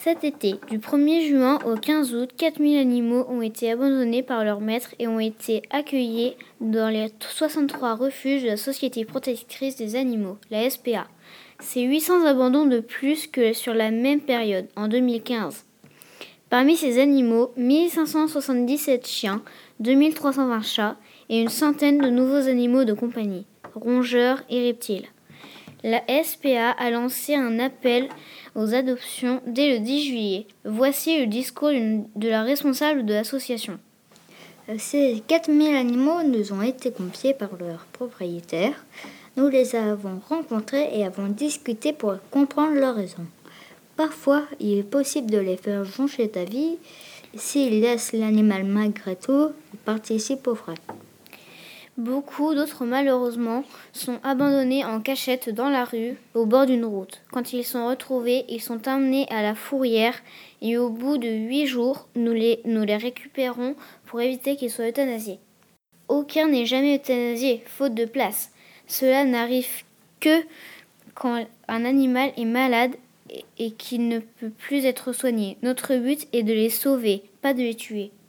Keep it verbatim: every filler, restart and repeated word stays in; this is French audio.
Cet été, du premier juin au quinze août, quatre mille animaux ont été abandonnés par leurs maîtres et ont été accueillis dans les soixante-trois refuges de la Société protectrice des animaux, la S P A. C'est huit cents abandons de plus que sur la même période, en deux mille quinze. Parmi ces animaux, mille cinq cent soixante-dix-sept chiens, deux mille trois cent vingt chats et une centaine de nouveaux animaux de compagnie, rongeurs et reptiles. La S P A a lancé un appel aux adoptions dès le dix juillet. Voici le discours de la responsable de l'association. Ces quatre mille animaux nous ont été confiés par leurs propriétaires. Nous les avons rencontrés et avons discuté pour comprendre leurs raisons. Parfois, il est possible de les faire changer d'avis. S'ils laissent l'animal malgré tout, ils participent aux frais. Beaucoup d'autres, malheureusement, sont abandonnés en cachette dans la rue, au bord d'une route. Quand ils sont retrouvés, ils sont emmenés à la fourrière et au bout de huit jours, nous les, nous les récupérons pour éviter qu'ils soient euthanasiés. Aucun n'est jamais euthanasié, faute de place. Cela n'arrive que quand un animal est malade et qu'il ne peut plus être soigné. Notre but est de les sauver, pas de les tuer.